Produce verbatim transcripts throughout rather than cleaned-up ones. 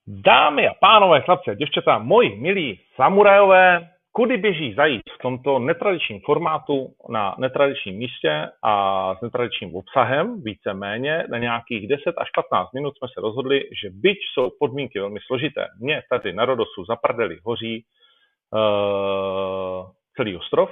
Dámy a pánové, chlapci a děvčata, moji milí samurajové, kudy běží zajít v tomto netradičním formátu na netradičním místě a s netradičním obsahem, víceméně na nějakých deset až patnáct minut jsme se rozhodli, že byť jsou podmínky velmi složité, mě tady na Rodosu za prdeli hoří uh, celý ostrov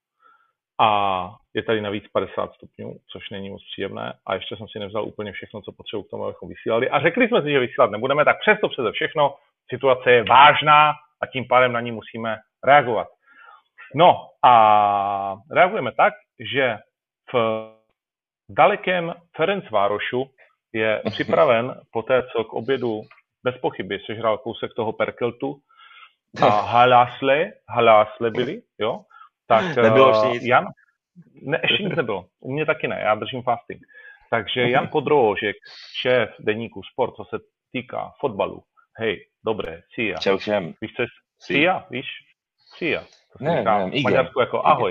a je tady navíc padesát stupňů, což není moc příjemné a ještě jsem si nevzal úplně všechno, co potřebuji k tomu, abychom vysílali a řekli jsme si, že vysílat nebudeme, tak přesto přeze všechno situace je vážná a tím pádem na ní musíme reagovat. No a reagujeme tak, že v dalekém Ferencvárošu je připraven po té, co k obědu bez pochyby sežral kousek toho perkeltu a halásle, halásle byli, jo, tak nebylo uh, Jan, ne, ještě nic nebylo, u mě taky ne, já držím fasting. Takže Jan Podrožek, šéf deníku Sport, co se týká fotbalu. Hej, dobré, cia. Čau všem. Víš, co je cia, víš? Cia. To se ne, říká ne, v Maďarsku jako ahoj.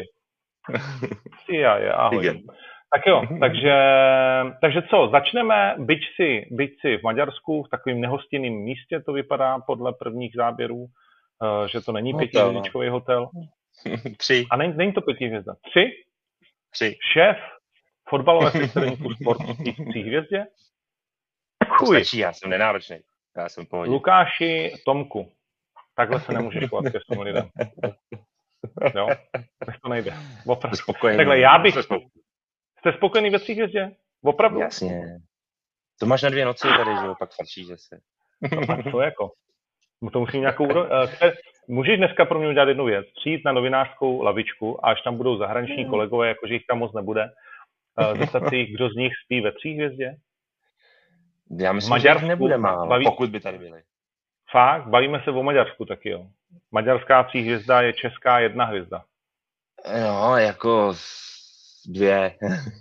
Cia je ahoj. Igen. Tak jo, takže, takže co, začneme, byť si, byť si v Maďarsku, v takovým nehostinném místě, to vypadá podle prvních záběrů, uh, že to není pětihvězdičkový hotel. Tři. A není, není to pětihvězda. Tři? Tři. Šéf fotbalové sekce Sport v tří hvězdě? Chuj. Stačí, já jsem nenáročný. Já jsem v pohodě. Lukáši, Tomku. Takhle se nemůžeš chovat ke svým lidem. Jo? Tak to nejde. Opravdu. Takhle já bych... Jste spokojený ve tří hvězdě? Opravdu? Jasně. To máš na dvě noci tady, že jo? Pak farčíš zase. No, to jako. To musím nějakou... Můžeš dneska pro mě udělat jednu věc. Přijít na novinářskou lavičku a až tam budou zahraniční kolegové, jakože jich tam moc nebude, zeptat si jich, kdo z nich spí ve tří hvězdě? Já myslím, že nebude málo, baví... pokud by tady byli. Fakt? Bavíme se o Maďarsku taky, jo. Maďarská tří hvězda je česká jedna hvězda. No, jako dvě.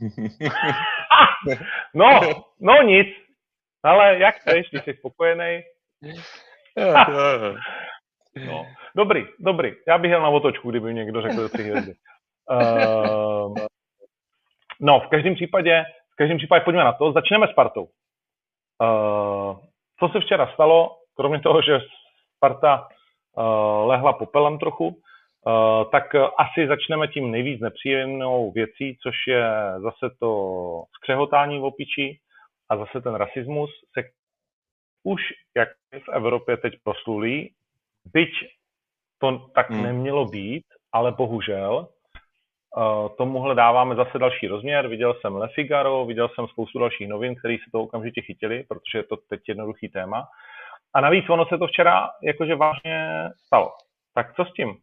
no, no nic. Ale jak chceš, když jsi spokojený? No, dobrý, dobrý. Já bych jel na otočku, kdyby někdo řekl tři hvězdy. Uh, no, v každém případě, v každém případě pojďme na to. Začneme Spartou. Uh, co se včera stalo, kromě toho, že Sparta uh, lehla popelem trochu, uh, tak uh, asi začneme tím nejvíc nepříjemnou věcí, což je zase to skřehotání v opičí a zase ten rasismus, se už jak v Evropě teď proslulý, byť to tak hmm. nemělo být, ale bohužel uh, tomuhle dáváme zase další rozměr. Viděl jsem Le Figaro, viděl jsem spoustu dalších novin, které se toho okamžitě chytili, protože je to teď jednoduchý téma. A navíc ono se to včera jakože vážně stalo. Tak co s tím?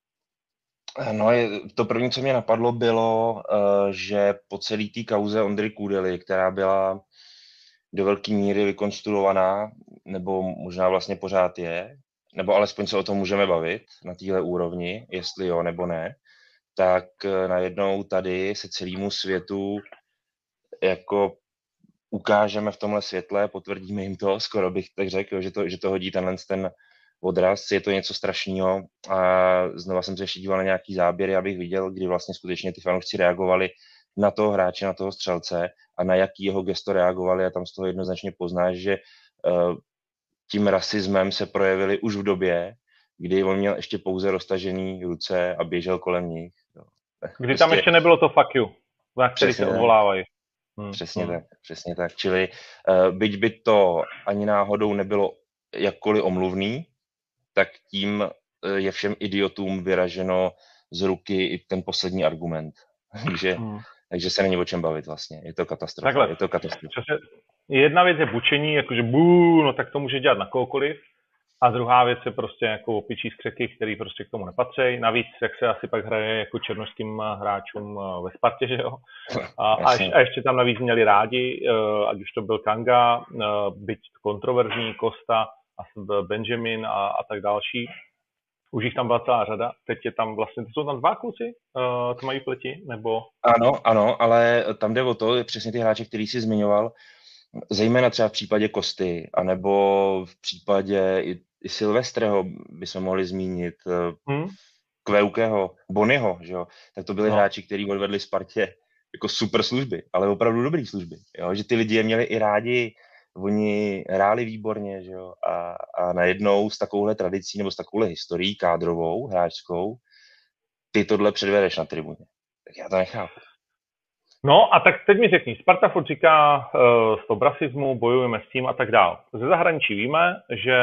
No, to první, co mě napadlo, bylo, uh, že po celé té kauze Ondry Kudely, která byla do velké míry vykonstruovaná, nebo možná vlastně pořád je, nebo alespoň se o tom můžeme bavit na téhle úrovni, jestli jo nebo ne, tak najednou tady se celému světu jako ukážeme v tomhle světle, potvrdíme jim to, skoro bych tak řekl, že to, že to hodí tenhle ten odraz, je to něco strašného a znova jsem se ještě díval na nějaký záběry, abych viděl, kdy vlastně skutečně ty fanoušci reagovali na toho hráče, na toho střelce a na jaký jeho gesto reagovali a tam z toho jednoznačně poznáš, že uh, tím rasismem se projevili už v době, kdy on měl ještě pouze roztažený ruce a běžel kolem nich. Kdy prostě... tam ještě nebylo to fuck you, na který se odvolávají. Hmm. Přesně hmm. tak, přesně tak. Čili uh, byť by to ani náhodou nebylo jakkoliv omluvný, tak tím uh, je všem idiotům vyraženo z ruky i ten poslední argument. Takže, hmm. takže se není o čem bavit vlastně. Je to katastrofa. Takhle, je to katastrofa. Jedna věc je bučení, jakože bů, no tak to může dělat na kohokoliv. A druhá věc je prostě jako opičí skřeky, který prostě k tomu nepatří. Navíc, jak se asi pak hraje jako černošským hráčům ve Spartě, že jo. A, a, ještě, a ještě tam navíc měli rádi, ať už to byl Kanga, byť kontroverzní, Costa a Benjamin a, a tak další. Už jich tam byla celá řada. Teď je tam vlastně, to jsou tam dva kluci, co mají pleti, nebo... Ano, ano, ale tam jde o to, přesně ty hráče, který jsi zmiňoval, zejména třeba v případě Kosty, anebo v případě i, i Silvestreho bychom mohli zmínit, hmm. Kveukého, Bonyho, že jo? Tak to byli no. hráči, kteří odvedli Spartě jako super služby, ale opravdu dobrý služby. Jo? Že ty lidi je měli i rádi, oni hráli výborně, že jo, a, a najednou s takovouhle tradicí nebo s takovouhle historií kádrovou, hráčskou, ty tohle předvedeš na tribuně. Tak já to nechápu. No a tak teď mi řekni, Sparta furt říká uh, z toho rasismu, bojujeme s tím a tak dál. Ze zahraničí víme, že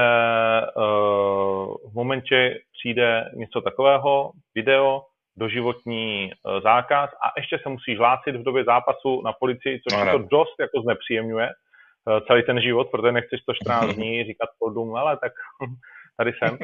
uh, v momentě přijde něco takového, video, doživotní uh, zákaz a ještě se musíš hlásit v době zápasu na policii, což Ano. to dost jako znepříjemňuje uh, celý ten život, protože nechceš sto čtrnáct dní říkat podům, ale tak tady jsem.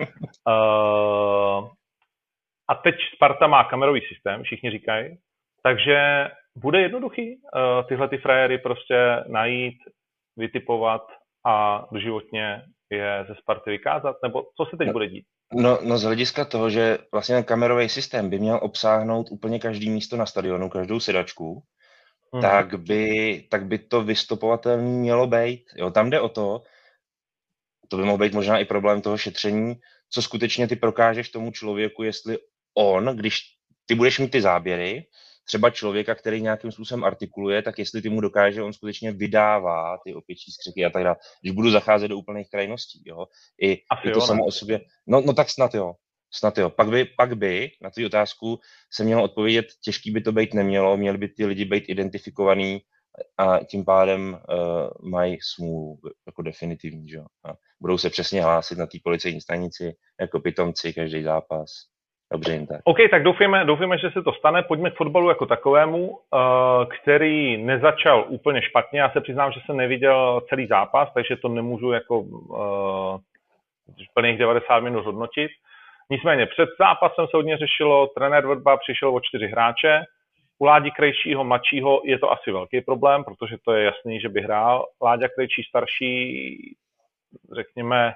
Uh, a teď Sparta má kamerový systém, všichni říkají, takže bude jednoduchý uh, tyhle ty frajery prostě najít, vytipovat a doživotně je ze Sparty vykázat? Nebo co se teď no, bude dít? No, no z hlediska toho, že vlastně ten kamerový systém by měl obsáhnout úplně každý místo na stadionu, každou sedačku, hmm. tak, by, tak by to vystopovatelný mělo být. Jo, tam jde o to, to by mohl být možná i problém toho šetření, co skutečně ty prokážeš tomu člověku, jestli on, když ty budeš mít ty záběry, třeba člověka, který nějakým způsobem artikuluje, tak jestli ty mu dokáže, on skutečně vydává ty opěčí skřiky a tak dále. Když budu zacházet do úplných krajností, jo. I, i to jo, samo ne? o sobě. No, no tak snad jo. Snad jo. Pak by, pak by na tu otázku se mělo odpovědět, těžký by to být nemělo, měli by ty lidi být identifikovaný a tím pádem uh, mají smůlu jako definitivní, že jo. A budou se přesně hlásit na té policejní stanici jako pitomci každý zápas. Dobře jim tak. OK, tak doufujeme, doufujeme, že se to stane. Pojďme k fotbalu jako takovému, který nezačal úplně špatně. Já se přiznám, že jsem neviděl celý zápas, takže to nemůžu jako uh, plných devadesát minut hodnotit. Nicméně před zápasem se hodně řešilo, trenér Vrba přišel o čtyři hráče. U Ládi Krejčího mladšího je to asi velký problém, protože to je jasný, že by hrál. Láďa Krejčí starší, řekněme,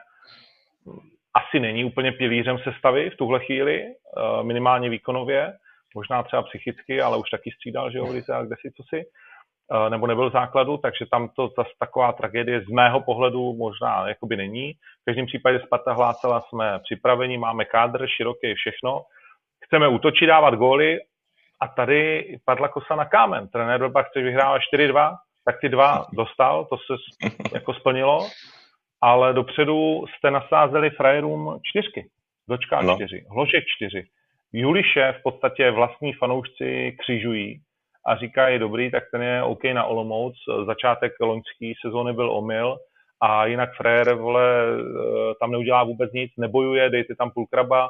asi není úplně pilířem sestavy v tuhle chvíli, minimálně výkonově, možná třeba psychicky, ale už taky střídal, že jo, v lize a kdesi cosi, nebo nebyl v základu, takže tam to zase taková tragédie z mého pohledu možná jakoby není. V každém případě Sparta hlásala, jsme připraveni, máme kádr, široký, všechno. Chceme útočit, dávat góly a tady padla kosa na kámen. Trenér Vrba chce vyhrávat čtyři dva, tak ty dva dostal, to se jako splnilo. Ale dopředu jste nasázeli frajerům čtyřky. Dočká no. čtyři, Hložek čtyři. Juliše v podstatě vlastní fanoušci křižují a říkají, dobrý, tak ten je OK na Olomouc. Začátek loňské sezóny byl omyl a jinak frajer, vole, tam neudělá vůbec nic, nebojuje, dejte tam půl kraba.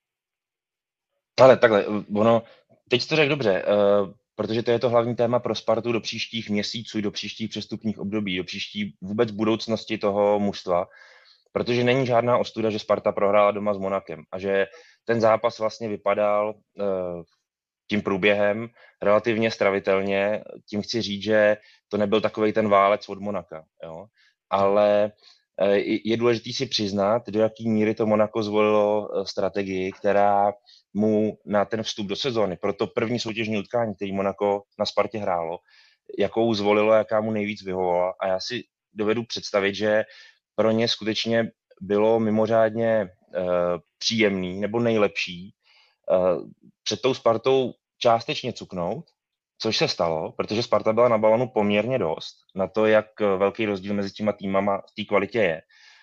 Ale takhle, ono, teď to řekl dobře, uh... protože to je to hlavní téma pro Spartu do příštích měsíců, do příštích přestupních období, do příští vůbec budoucnosti toho mužstva, protože není žádná ostuda, že Sparta prohrála doma s Monakem a že ten zápas vlastně vypadal uh, tím průběhem relativně stravitelně. Tím chci říct, že to nebyl takovej ten válec od Monaka, jo? Ale uh, je důležité si přiznat, do jaký míry to Monako zvolilo uh, strategii, která mu na ten vstup do sezóny, proto první soutěžní utkání, který Monako na Spartě hrálo, jakou zvolilo, jaká mu nejvíc vyhovovala. A já si dovedu představit, že pro ně skutečně bylo mimořádně uh, příjemný nebo nejlepší uh, před tou Spartou částečně cuknout, což se stalo, protože Sparta byla na balonu poměrně dost na to, jak velký rozdíl mezi těma týmama v té kvalitě je.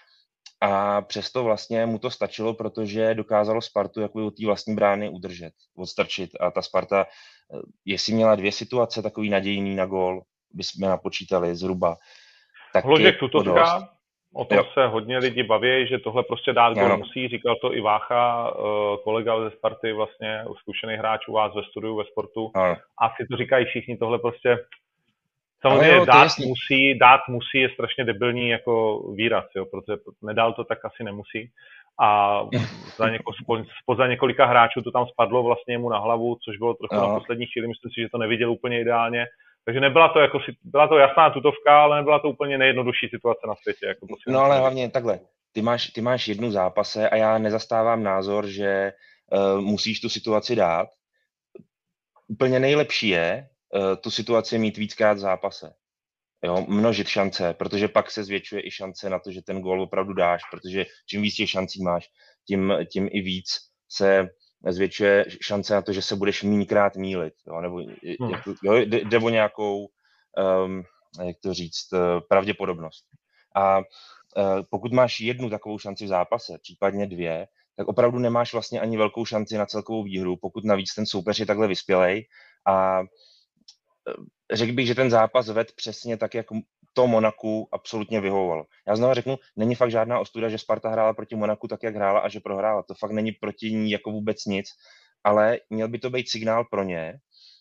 A přesto vlastně mu to stačilo, protože dokázalo Spartu jako od té vlastní brány udržet, odstrčit. A ta Sparta, jestli měla dvě situace takový nadějný na gól, bychom napočítali zhruba. Hložek tutovka, o tom jo. se hodně lidi baví, že tohle prostě dát gól musí. Říkal to i Vácha, kolega ze Sparty, vlastně zkušený hráč u vás ve studiu, ve sportu. Ano. Asi to říkají všichni, tohle prostě... Samozřejmě jo, dát musí, dát musí je strašně debilní jako výraz, jo, protože nedal to, tak asi nemusí. A za něko, spoza několika hráčů to tam spadlo vlastně mu na hlavu, což bylo trochu no. na poslední chvíli, myslím si, že to neviděl úplně ideálně. Takže nebyla to jako, byla to jasná tutovka, ale nebyla to úplně nejjednodušší situace na světě. Jako no ale hlavně takhle, ty máš, ty máš jednu zápase a já nezastávám názor, že uh, musíš tu situaci dát. Úplně nejlepší je, tu situaci mít víckrát v zápase. Jo, množit šance, protože pak se zvětšuje i šance na to, že ten gól opravdu dáš, protože čím víc těch šancí máš, tím, tím i víc se zvětšuje šance na to, že se budeš mínkrát mýlit. Jo, nebo hmm. jak, jo, jde o nějakou, um, jak to říct, pravděpodobnost. A pokud máš jednu takovou šanci v zápase, případně dvě, tak opravdu nemáš vlastně ani velkou šanci na celkovou výhru, pokud navíc ten soupeř je takhle vyspělej. A řekl bych, že ten zápas ved přesně tak, jak to Monaku absolutně vyhovovalo. Já znovu řeknu, není fakt žádná ostuda, že Sparta hrála proti Monaku tak, jak hrála a že prohrála. To fakt není proti ní jako vůbec nic, ale měl by to být signál pro ně,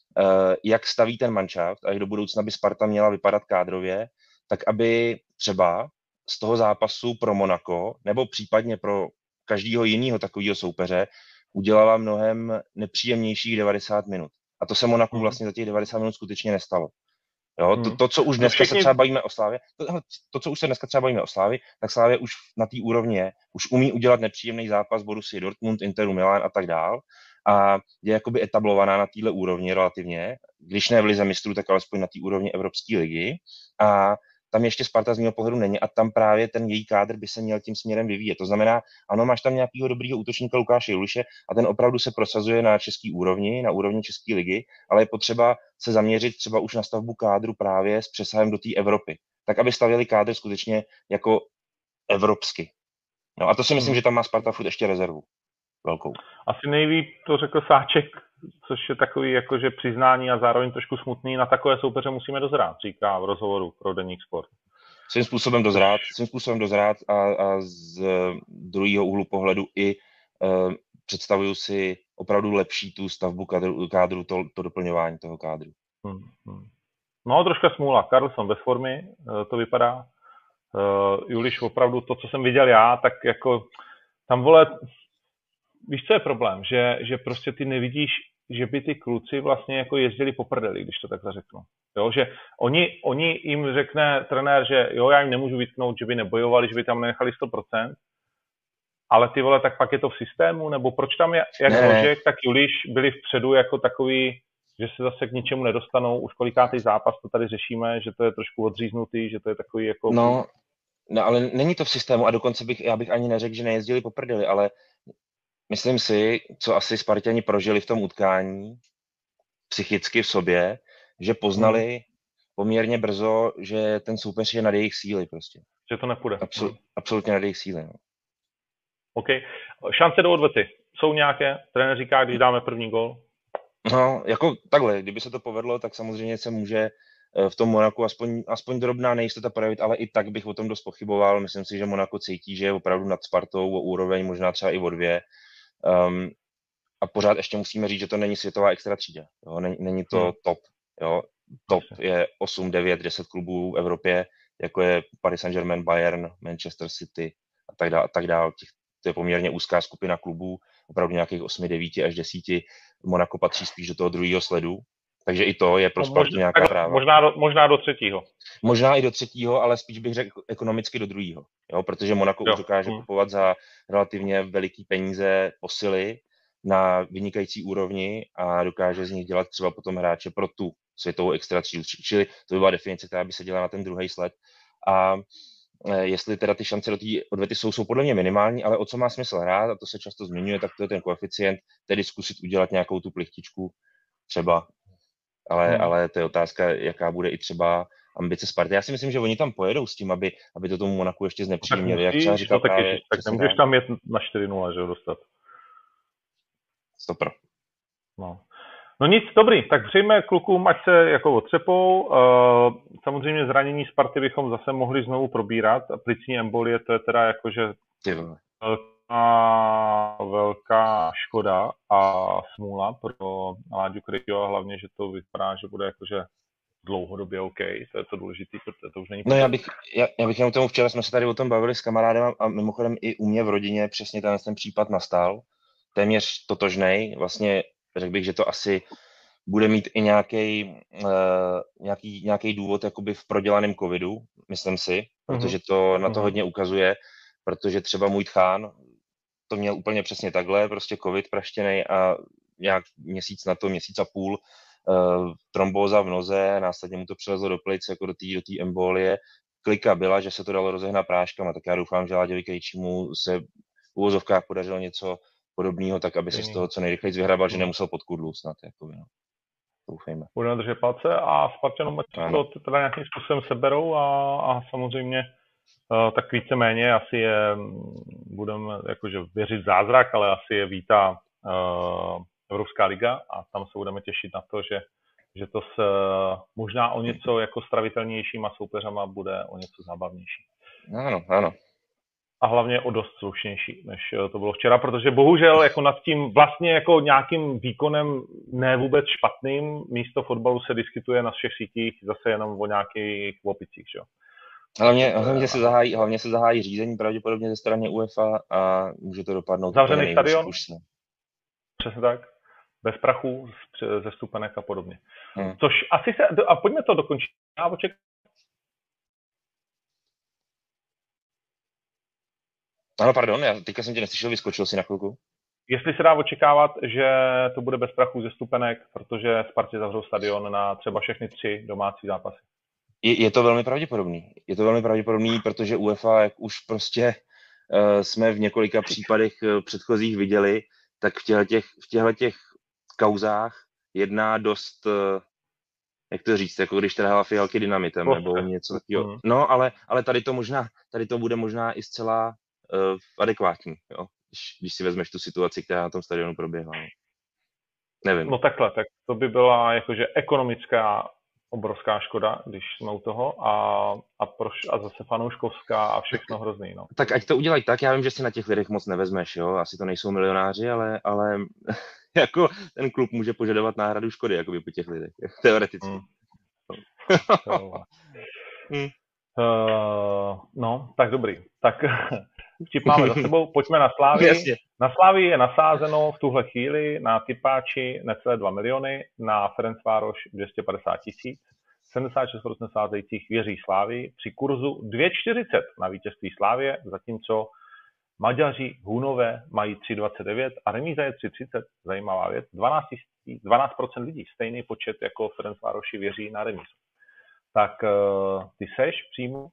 jak staví ten manšaft a jak do budoucna by Sparta měla vypadat kádrově, tak aby třeba z toho zápasu pro Monako nebo případně pro každého jiného takového soupeře udělala mnohem nepříjemnějších devadesát minut. A to se Monaku vlastně za těch devadesát minut skutečně nestalo. Jo, to, to, co už dneska se třeba bavíme o Slávě, to, to, co už se dneska třeba bavíme o Slávě, tak Slávě už na té úrovni je, už umí udělat nepříjemný zápas Borussii Dortmund, Interu Milan a tak dál a je jakoby etablovaná na téhle úrovni relativně, když ne v lize mistrů, tak alespoň na té úrovni Evropské ligy a tam ještě Sparta z mého pohledu není a tam právě ten její kádr by se měl tím směrem vyvíjet. To znamená, ano, máš tam nějakého dobrýho útočníka Lukáše Juliše a ten opravdu se prosazuje na české úrovni, na úrovni české ligy, ale je potřeba se zaměřit třeba už na stavbu kádru právě s přesahem do té Evropy, tak aby stavěli kádr skutečně jako evropsky. No a to si myslím, hmm. že tam má Sparta furt ještě rezervu velkou. Asi nejvíc to řekl Sáček, což je takový jakože přiznání a zároveň trošku smutný. Na takové soupeře musíme dozrát, říká v rozhovoru pro Deník Sport. Svým způsobem dozrát, svým způsobem dozrát a, a z druhého úhlu pohledu i uh, představuju si opravdu lepší tu stavbu kádru, kádru to, to doplňování toho kádru. Hmm, hmm. No, troška smůla. Karlsson bez formy, to vypadá. Uh, Juliš opravdu to, co jsem viděl já, tak jako tam vole, víš, co je problém? Že, že prostě ty nevidíš, že by ty kluci vlastně jako jezdili po prdeli, když to takhle řeknu. Jo, že oni, oni jim řekne trenér, že jo, já jim nemůžu vytknout, že by nebojovali, že by tam nenechali sto procent, ale ty vole, tak pak je to v systému, nebo proč tam je, jak Božek, tak Juliš byli vpředu jako takový, že se zase k ničemu nedostanou, už kolikátý zápas to tady řešíme, že to je trošku odříznutý, že to je takový jako... No, no ale není to v systému a dokonce bych, já bych ani neřekl, že nejezdili po prdeli, ale myslím si, co asi Sparťani prožili v tom utkání, psychicky v sobě, že poznali hmm. poměrně brzo, že ten soupeř je nad jejich síly prostě. Že to nepůjde. Absol, hmm. Absolutně nad jejich síly. No. OK. Šance do odvety. Jsou nějaké? Trenér říká, když dáme první gól? No, jako takhle, kdyby se to povedlo, tak samozřejmě se může v tom Monaku aspoň, aspoň drobná nejistota projevit, ale i tak bych o tom dost pochyboval. Myslím si, že Monako cítí, že je opravdu nad Spartou o úroveň, možná třeba i o dvě. Um, a pořád ještě musíme říct, že to není světová extra třída. Jo? Není, není to hmm. top. Jo? Top je osm, devět, deset klubů v Evropě, jako je Paris Saint-Germain, Bayern, Manchester City a tak dále. Tak dál. To je poměrně úzká skupina klubů, opravdu nějakých osm, devět až deset. Monaco patří spíš do toho druhého sledu. Takže i to je pro Spartu nějaká práva. Možná do, možná do třetího. Možná i do třetího, ale spíš bych řekl ekonomicky do druhého. Jo, protože Monaco jo. už dokáže hmm. kupovat za relativně veliký peníze posily na vynikající úrovni a dokáže z nich dělat třeba potom hráče pro tu světovou extra třídu. Čili to by byla definice, která by se dělala na ten druhý sled. A jestli teda ty šance do té odvety jsou, jsou podle mě minimální, ale o co má smysl hrát, a to se často zmiňuje, tak to je ten koeficient, tedy zkusit udělat nějakou tu plichtičku třeba. Ale, hmm. ale to je otázka, jaká bude i třeba ambice Sparty. Já si myslím, že oni tam pojedou s tím, aby, aby to tomu Monaku ještě znepříjemnili. Jak třeba říkal no, tak, právě, tak nemůžeš tam jet na čtyři nula, že ho dostat. Stopro. No. no nic, dobrý, tak přejme klukům, ať se jako otřepou. Uh, samozřejmě zranění Sparty bychom zase mohli znovu probírat. A plicní embolie, to je teda jakože velká, velká škoda a smůla pro Láďu Kryťu a hlavně, že to vypadá, že bude jakože dlouhodobě OK, to je to důležitý, protože to už není... No já bych, já, já bych jenom tomu, včera jsme se tady o tom bavili s kamarádem a mimochodem i u mě v rodině přesně ten, ten případ nastal, téměř totožnej, vlastně řekl bych, že to asi bude mít i nějaký, uh, nějaký, nějaký důvod jakoby v prodělaném covidu, myslím si, protože to na to hodně ukazuje, protože třeba můj tchán to měl úplně přesně takhle, prostě covid praštěnej a nějak měsíc na to, měsíc a půl, uh, trombóza v noze, následně mu to přelezlo do plic, jako do té do té embolie. Klika byla, že se to dalo rozehnat práškama, tak já doufám, že Láďovi Krejčímu se v uvozovkách podařilo něco podobného, tak aby se z toho co nejrychleji vyhrabal, že nemusel pod kudlu snad. Jako, no. Doufejme. Budeme držet palce a Spartanům to teda nějakým způsobem seberou a, a samozřejmě Uh, tak víceméně asi je, budeme jakože věřit v zázrak, ale asi je vítá uh, Evropská liga a tam se budeme těšit na to, že, že to s možná o něco jako stravitelnějšíma soupeřama bude o něco zábavnější. Ano, ano. A hlavně o dost slušnější, než to bylo včera, protože bohužel jako nad tím vlastně jako nějakým výkonem ne vůbec špatným místo fotbalu se diskutuje na všech sítích zase jenom o nějakých opicích, že jo. Hlavně, hlavně, se zahájí, hlavně se zahájí řízení pravděpodobně ze strany UEFA a může to dopadnout. Zavřený stadion? Už jsme. Přesně tak. Bez prachu, ze stupenek a podobně. Hmm. Což asi se, a pojďme to dokončit. Počkej. Ano, pardon, já teďka jsem tě neslyšel, vyskočil si na chvilku. Jestli se dá očekávat, že to bude bez prachu ze stupenek, protože Spartě zavřou stadion na třeba všechny tři domácí zápasy. Je, je to velmi pravděpodobný. Je to velmi pravděpodobný, protože UEFA, jak už prostě uh, jsme v několika případech uh, předchozích viděli, tak v těchto těch, v těchto těch kauzách jedná dost, uh, jak to říct, jako když trhala fialky dynamitem Poste. nebo něco takového. Mm. No, ale, ale tady to možná, tady to bude možná i zcela uh, adekvátní, jo? Když, když si vezmeš tu situaci, která na tom stadionu proběhla. Nevím. No takhle, tak to by byla jakože ekonomická obrovská škoda, když jsme u toho a, a, proš, a zase fanouškovská a všechno hrozný. No. Tak ať to udělají tak, já vím, že si na těch lidech moc nevezmeš, jo, asi to nejsou milionáři, ale, ale jako ten klub může požadovat náhradu škody, jakoby po těch lidech, teoreticky. Hmm. hmm. Uh, no, tak dobrý. Tak vtip máme za sebou, pojďme na Slávii. Jasně. Na Slávii je nasázeno v tuhle chvíli na tipáči necelé dva miliony, na Ferencvároš dvě stě padesát tisíc. sedmdesát šest procent sázejících věří Slávii při kurzu dvě čtyřicet na vítězství Slávie, zatímco Maďaři Hunové mají tři dvacet devět a remíza je tři třicet. Zajímavá věc. dvanáct procent lidí, stejný počet jako Ferencvároši věří na remízu. Tak uh, ty seš přímo uh,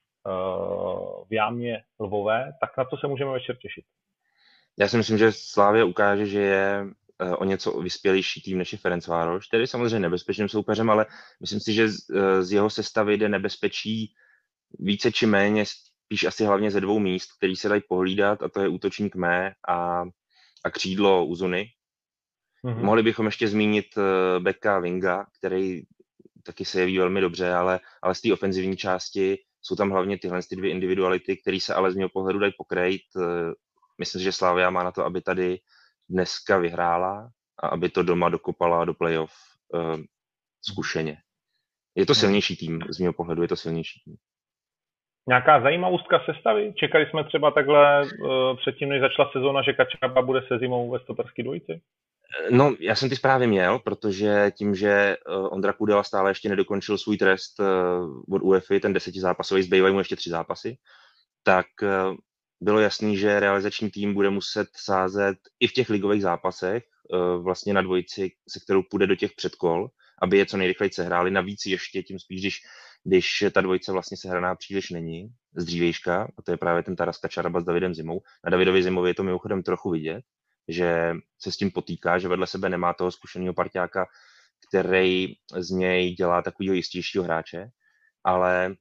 v jámě Lvové, tak na to se můžeme večer těšit. Já si myslím, že Slavia ukáže, že je uh, o něco vyspělejší tým než je Ferencvároš, který je samozřejmě nebezpečným soupeřem, ale myslím si, že z, uh, z jeho sestavy jde nebezpečí více či méně, spíš asi hlavně ze dvou míst, který se dají pohlídat, a to je útočník Mé a, a křídlo Uzuny. Mm-hmm. Mohli bychom ještě zmínit uh, beka Winga, který taky se jeví velmi dobře, ale, ale z té ofenzivní části jsou tam hlavně tyhle ty dvě individuality, které se ale z mého pohledu dají pokrejt. Myslím, že Slavia má na to, aby tady dneska vyhrála a aby to doma dokopala do playoff uh, zkušeně. Je to silnější tým, z mého pohledu je to silnější tým. Nějaká zajímavostka sestavy? Čekali jsme třeba takhle uh, předtím, než začala sezóna, že Kačaba bude se zimou ve stoperský dvojici? No, já jsem ty zprávy měl, protože tím, že Ondra Kudela stále ještě nedokončil svůj trest od UEFA, ten desetizápasový, zbývají mu ještě tři zápasy, tak bylo jasný, že realizační tým bude muset sázet i v těch ligových zápasech vlastně na dvojici, se kterou půjde do těch předkol, aby je co nejrychleji sehráli. Navíc ještě tím spíš, když, když ta dvojice vlastně sehraná příliš není z dřívejška, a to je právě ten Taras Kačaraba s Davidem Zimou. Na Davidovi Zimovi je to mimochodem trochu vidět, že se s tím potýká, že vedle sebe nemá toho zkušeného parťáka, který z něj dělá takového jistějšího hráče, ale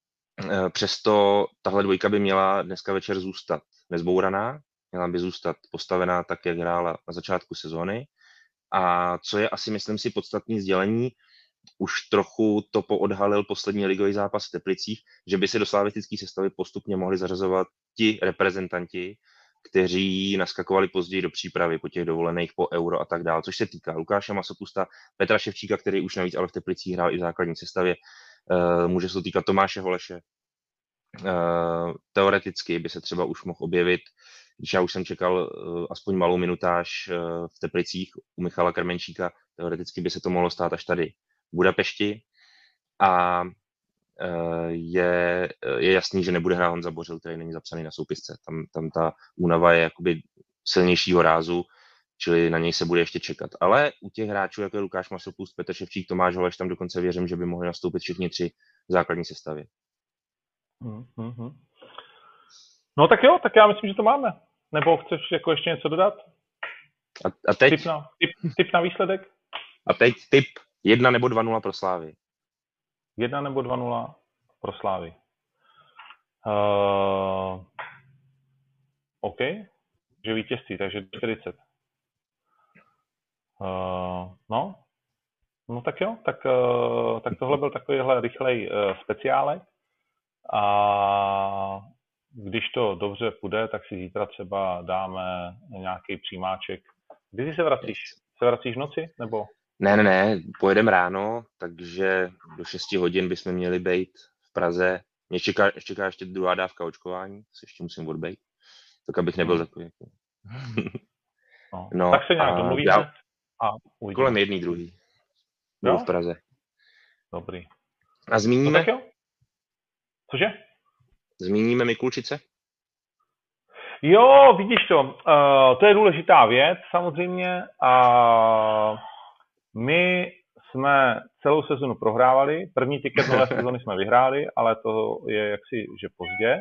přesto tahle dvojka by měla dneska večer zůstat nezbouraná, měla by zůstat postavená tak, jak hrála na začátku sezóny. A co je asi, myslím si, podstatné sdělení, už trochu to poodhalil poslední ligový zápas v Teplicích, že by se do slavistické sestavy postupně mohli zařazovat ti reprezentanti, kteří naskakovali později do přípravy po těch dovolených, po Euro a tak dále, což se týká Lukáše Masopusta, Petra Ševčíka, který už navíc ale v Teplicích hrál i v základní sestavě, může se to týkat Tomáše Holeše. Teoreticky by se třeba už mohl objevit, když já už jsem čekal aspoň malou minutáž v Teplicích u Michala Krmenčíka, teoreticky by se to mohlo stát až tady v Budapešti a je, je jasný, že nebude hrát Honza Bořil, který není zapsaný na soupisce. Tam, tam ta únava je jakoby silnějšího rázu, čili na něj se bude ještě čekat. Ale u těch hráčů, jako je Lukáš Masopust, Petr Ševčík, Tomáš Holeš, tam dokonce věřím, že by mohli nastoupit všichni tři v základní sestavě. Mm-hmm. No tak jo, tak já myslím, že to máme. Nebo chceš jako ještě něco dodat? A, a teď? Tip na, tip, tip na výsledek? A teď tip jedna nebo dva nula pro Slávy. jedna nebo dva nula pro Slávy. Uh, OK, že vítězství, takže čtyřicet. Uh, no, no tak jo, tak, uh, tak tohle byl takovýhle rychlej uh, speciálek a když to dobře půjde, tak si zítra třeba dáme nějaký přímáček. Kdy jsi se vracíš? Se vracíš v noci, nebo? Ne, ne, ne, pojedeme ráno, takže do šesti hodin bychom měli být v Praze. Mě čeká, čeká ještě druhá dávka očkování, se ještě musím odbejt, tak abych nebyl hmm. takový. No, no, tak se nějak domluvíme já, a uvidíme. Kolem jedný, druhý. Budu v Praze. Dobrý. A zmíníme? No tak jo. Cože? Zmíníme Mikulčice? Jo, vidíš to. Uh, to je důležitá věc samozřejmě. A my jsme celou sezonu prohrávali. První tiket nové sezony jsme vyhráli, ale to je jaksi, že pozdě.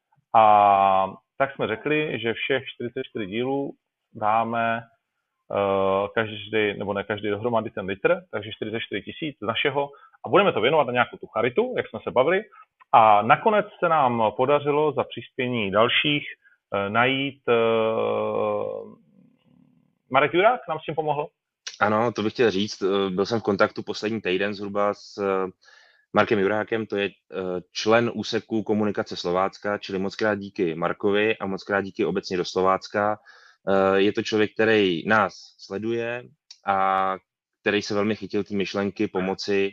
A tak jsme řekli, že všech čtyřicet čtyři dílů dáme uh, každý, nebo ne každý dohromady ten litr, takže čtyřicet čtyři tisíc z našeho a budeme to věnovat na nějakou tu charitu, jak jsme se bavili. A nakonec se nám podařilo za přispění dalších uh, najít uh, Marek Jurák nám s tím pomohl? Ano, to bych chtěl říct. Byl jsem v kontaktu poslední týden zhruba s Markem Jurákem, to je člen úseku komunikace Slovácka, čili moc krát díky Markovi a moc krát díky obecně do Slovácka. Je to člověk, který nás sleduje a který se velmi chytil té myšlenky pomoci,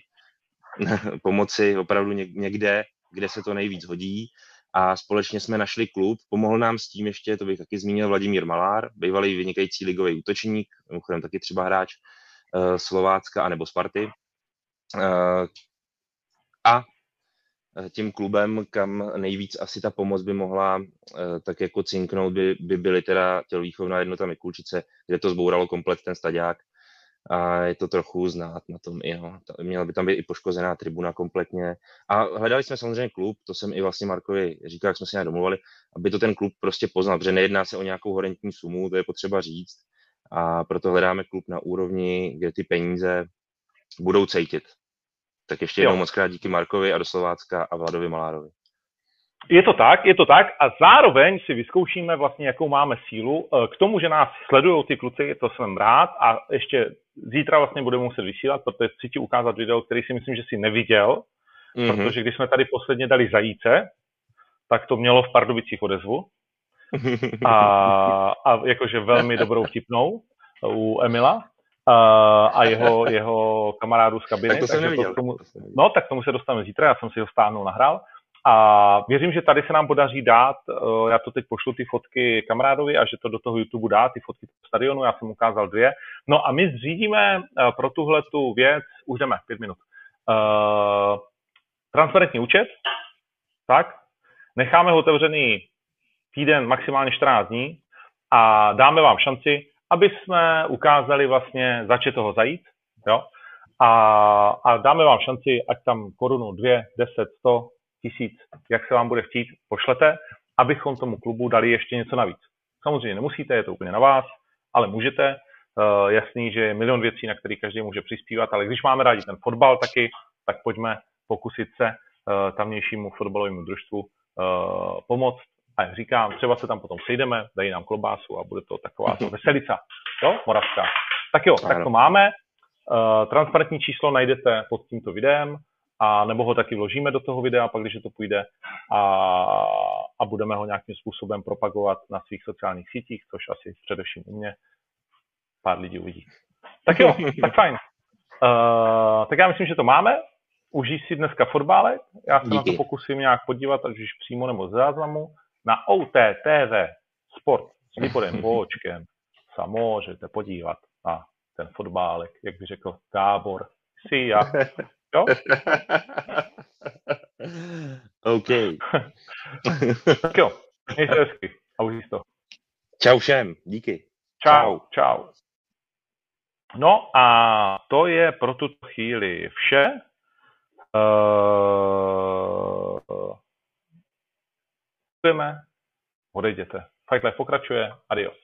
pomoci opravdu někde, kde se to nejvíc hodí. A společně jsme našli klub. Pomohl nám s tím ještě, to bych taky zmínil, Vladimír Malár, bývalý vynikající ligový útočník, mimochodem taky třeba hráč uh, Slovácka anebo Sparty. Uh, a tím klubem, kam nejvíc asi ta pomoc by mohla uh, tak jako cinknout, by, by byly teda tělovýchovná jednota Mikulčice, kde to zbouralo komplet ten staďák. A je to trochu znát na tom i, no. Měla by tam být i poškozená tribuna kompletně. A hledali jsme samozřejmě klub, to jsem i vlastně Markovi říkal, jak jsme se nějak domluvali, aby to ten klub prostě poznal, protože nejedná se o nějakou horentní sumu, to je potřeba říct. A proto hledáme klub na úrovni, kde ty peníze budou cítit. Tak ještě jednou moc krát díky Markovi a do Slovácka a Vladovi Malárovi. Je to tak, je to tak a zároveň si vyzkoušíme vlastně, jakou máme sílu. K tomu, že nás sledují ty kluci, to jsem rád a ještě zítra vlastně budeme muset vysílat, protože chci ti ukázat video, který si myslím, že si neviděl, mm-hmm. protože když jsme tady posledně dali zajíce, tak to mělo v Pardubicích odezvu a, a jakože velmi dobrou vtipnou u Emila a, a jeho, jeho kamarádů z kabiny. Tak to jsem neviděl. To, tomu, no, tak tomu se dostaneme zítra, já jsem si ho stáhnul, nahrál. A věřím, že tady se nám podaří dát, já to teď pošlu ty fotky kamarádovi a že to do toho YouTube dá, ty fotky do stadionu, já jsem ukázal dvě. No a my zřídíme pro tuhle tu věc, už jdeme, pět minut, uh, transparentní účet, tak, necháme ho otevřený týden, maximálně čtrnáct dní a dáme vám šanci, aby jsme ukázali vlastně, zač je toho zajít, jo, a, a dáme vám šanci, ať tam korunu, dvě, deset, sto, tisíc, jak se vám bude chtít, pošlete, abychom tomu klubu dali ještě něco navíc. Samozřejmě nemusíte, je to úplně na vás, ale můžete. Uh, jasný, že je milion věcí, na které každý může přispívat, ale když máme rádi ten fotbal taky, tak pojďme pokusit se uh, tamnějšímu fotbalovému družstvu uh, pomoct. A jak říkám, třeba se tam potom sejdeme, dají nám klobásu a bude to taková to veselica, jo, moravská. Tak jo, tak to máme. Uh, transparentní číslo najdete pod tímto videem, a nebo ho taky vložíme do toho videa, pak když to půjde a, a budeme ho nějakým způsobem propagovat na svých sociálních sítích, což asi především u mě pár lidí uvidí. Tak jo, tak fajn. Uh, tak já myslím, že to máme. Užij si dneska fotbálek. Já se Díky. na to pokusím nějak podívat, ať už přímo nebo z záznamu. Na O T T V Sport s Lipodem Vočkem se můžete podívat na ten fotbálek, jak by řekl Gábor. Si já. Jo? OK. Tak jo, měj se hezky a užij to. Čau všem, díky. Čau, čau. No a to je pro tuto chvíli vše. Uh, odejděte. Fight Life pokračuje. Adios.